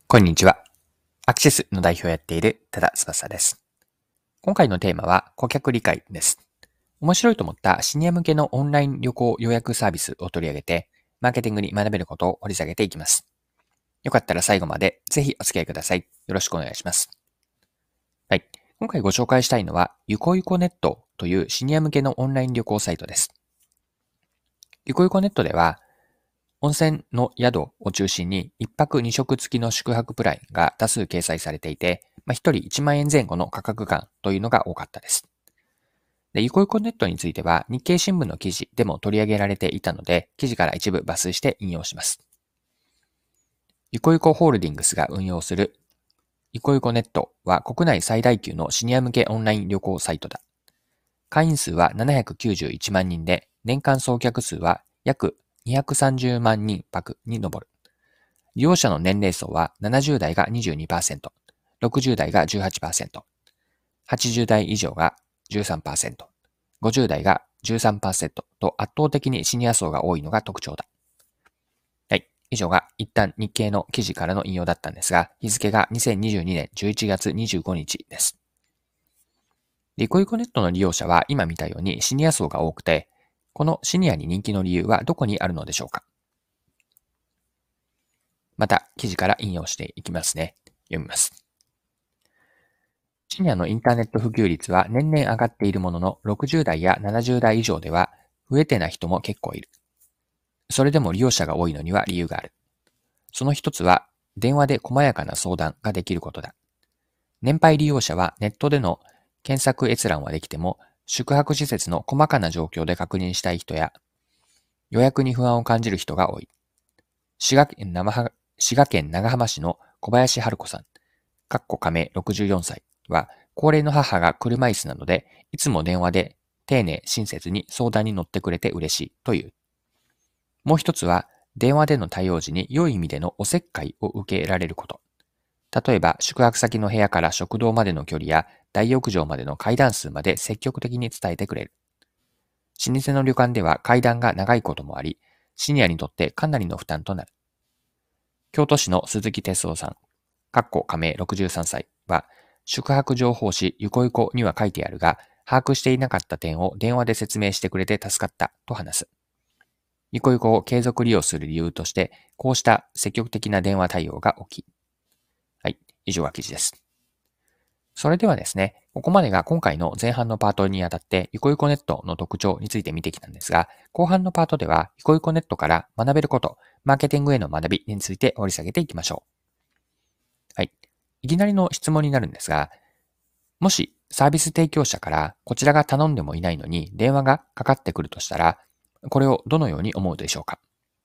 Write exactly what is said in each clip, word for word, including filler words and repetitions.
こんにちは。アクシスの代表をやっている多田翼です。今回のテーマは顧客理解です。面白いと思ったシニア向けのオンライン旅行予約サービスを取り上げて、マーケティングに学べることを掘り下げていきます。よかったら最後までぜひお付き合いください。よろしくお願いします。はい。今回ご紹介したいのは、ゆこゆこネットというシニア向けのオンライン旅行サイトです。ゆこゆこネットでは、温泉の宿を中心にいっぱくにしょく付きの宿泊プランが多数掲載されていて、まあ、ひとりいちまんえん前後の価格感というのが多かったです。で、ゆこゆこネットについては日経新聞の記事でも取り上げられていたので、記事から一部抜粋して引用します。ゆこゆこホールディングスが運用するゆこゆこネットは国内最大級のシニア向けオンライン旅行サイトだ。会員数はななひゃくきゅうじゅういちまんにんで、年間総客数は約にひゃくさんじゅうまんにん泊に上る。利用者の年齢層はななじゅう代が にじゅうにパーセント、ろくじゅう代が じゅうはちパーセント、はちじゅう代以上が じゅうさんパーセント、ごじゅう代が じゅうさんパーセント と圧倒的にシニア層が多いのが特徴だ。はい。以上が一旦日経の記事からの引用だったんですが、日付がにせんにじゅうにねんじゅういちがつにじゅうごにちです。リコイコネットの利用者は今見たようにシニア層が多くて、このシニアに人気の理由はどこにあるのでしょうか。また記事から引用していきますね。読みます。シニアのインターネット普及率は年々上がっているものの、ろくじゅう代やななじゅう代以上では増えてない人も結構いる。それでも利用者が多いのには理由がある。その一つは、電話で細やかな相談ができることだ。年配利用者はネットでの検索閲覧はできても、宿泊施設の細かな状況で確認したい人や、予約に不安を感じる人が多い。滋賀県長浜滋賀県長浜市の小林春子さん、かっこ仮名ろくじゅうよんさいは、高齢の母が車椅子なので、いつも電話で丁寧親切に相談に乗ってくれて嬉しいという。もう一つは、電話での対応時に良い意味でのおせっかいを受けられること。例えば、宿泊先の部屋から食堂までの距離や大浴場までの階段数まで積極的に伝えてくれる。老舗の旅館では階段が長いこともあり、シニアにとってかなりの負担となる。京都市の鈴木哲夫さん、かっこ仮名ろくじゅうさんさいは、宿泊情報誌ゆこゆこには書いてあるが、把握していなかった点を電話で説明してくれて助かったと話す。ゆこゆこを継続利用する理由として、こうした積極的な電話対応が大きい。はい、以上が記事です。それではですね、ここまでが今回の前半のパートにあたって、ゆこゆこネットの特徴について見てきたんですが、後半のパートでは、ゆこゆこネットから学べること、マーケティングへの学びについて掘り下げていきましょう。はい。いきなりの質問になるんですが、もしサービス提供者からこちらが頼んでもいないのに電話がかかってくるとしたら、これをどのように思うでしょうか。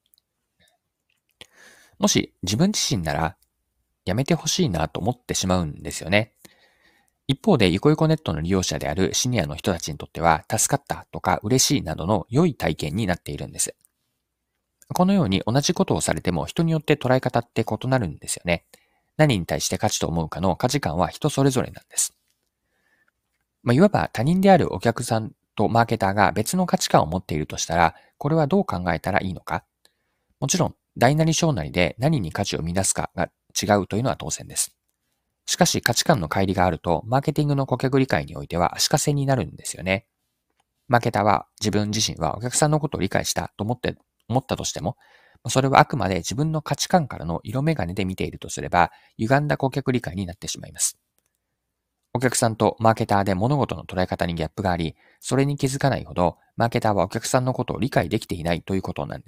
もし自分自身ならやめてほしいなと思ってしまうんですよね。一方で、ゆこゆこネットの利用者であるシニアの人たちにとっては、助かったとか嬉しいなどの良い体験になっているんです。このように同じことをされても人によって捉え方って異なるんですよね。何に対して価値と思うかの価値観は人それぞれなんです。まあ、いわば他人であるお客さんとマーケターが別の価値観を持っているとしたら、これはどう考えたらいいのか。もちろん、大なり小なりで何に価値を見出すかが違うというのは当然です。しかし価値観の乖離があると、マーケティングの顧客理解においては足かせになるんですよね。マーケターは自分自身はお客さんのことを理解したと思って、思ったとしても、それはあくまで自分の価値観からの色眼鏡で見ているとすれば、歪んだ顧客理解になってしまいます。お客さんとマーケターで物事の捉え方にギャップがあり、それに気づかないほど、マーケターはお客さんのことを理解できていないということなんです。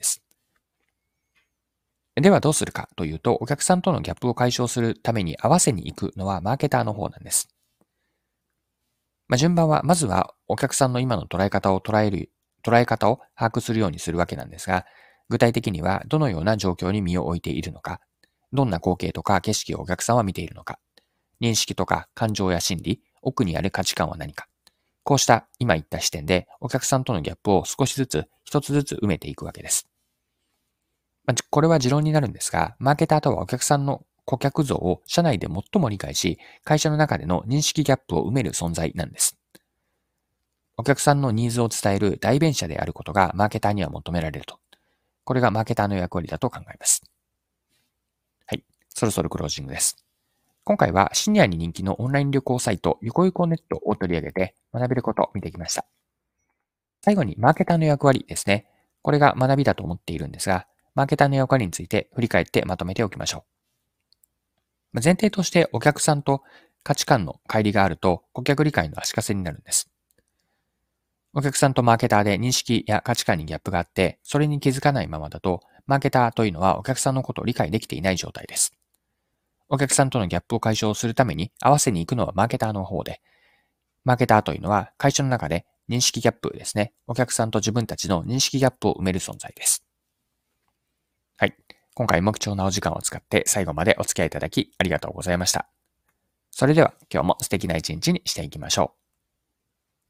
ではどうするかというと、お客さんとのギャップを解消するために合わせに行くのはマーケターの方なんです。まあ、順番は、まずはお客さんの今の捉え方を捉える、捉え方を把握するようにするわけなんですが、具体的にはどのような状況に身を置いているのか、どんな光景とか景色をお客さんは見ているのか、認識とか感情や心理、奥にある価値観は何か、こうした今言った視点でお客さんとのギャップを少しずつ一つずつ埋めていくわけです。まあ、これは持論になるんですが、マーケターとはお客さんの顧客像を社内で最も理解し、会社の中での認識ギャップを埋める存在なんです。お客さんのニーズを伝える代弁者であることがマーケターには求められると。これがマーケターの役割だと考えます。はい。 そろそろクロージングです。今回はシニアに人気のオンライン旅行サイトゆこゆこネットを取り上げて学べることを見てきました。最後にマーケターの役割ですね。これが学びだと思っているんですが、マーケターの役割について振り返ってまとめておきましょう。前提としてお客さんと価値観の乖離があると顧客理解の足かせになるんです。お客さんとマーケターで認識や価値観にギャップがあって、それに気づかないままだと、マーケターというのはお客さんのことを理解できていない状態です。お客さんとのギャップを解消するために合わせに行くのはマーケターの方で、マーケターというのは会社の中で認識ギャップですね。お客さんと自分たちの認識ギャップを埋める存在です。はい。今回も貴重なお時間を使って最後までお付き合いいただきありがとうございました。それでは今日も素敵な一日にしていきましょう。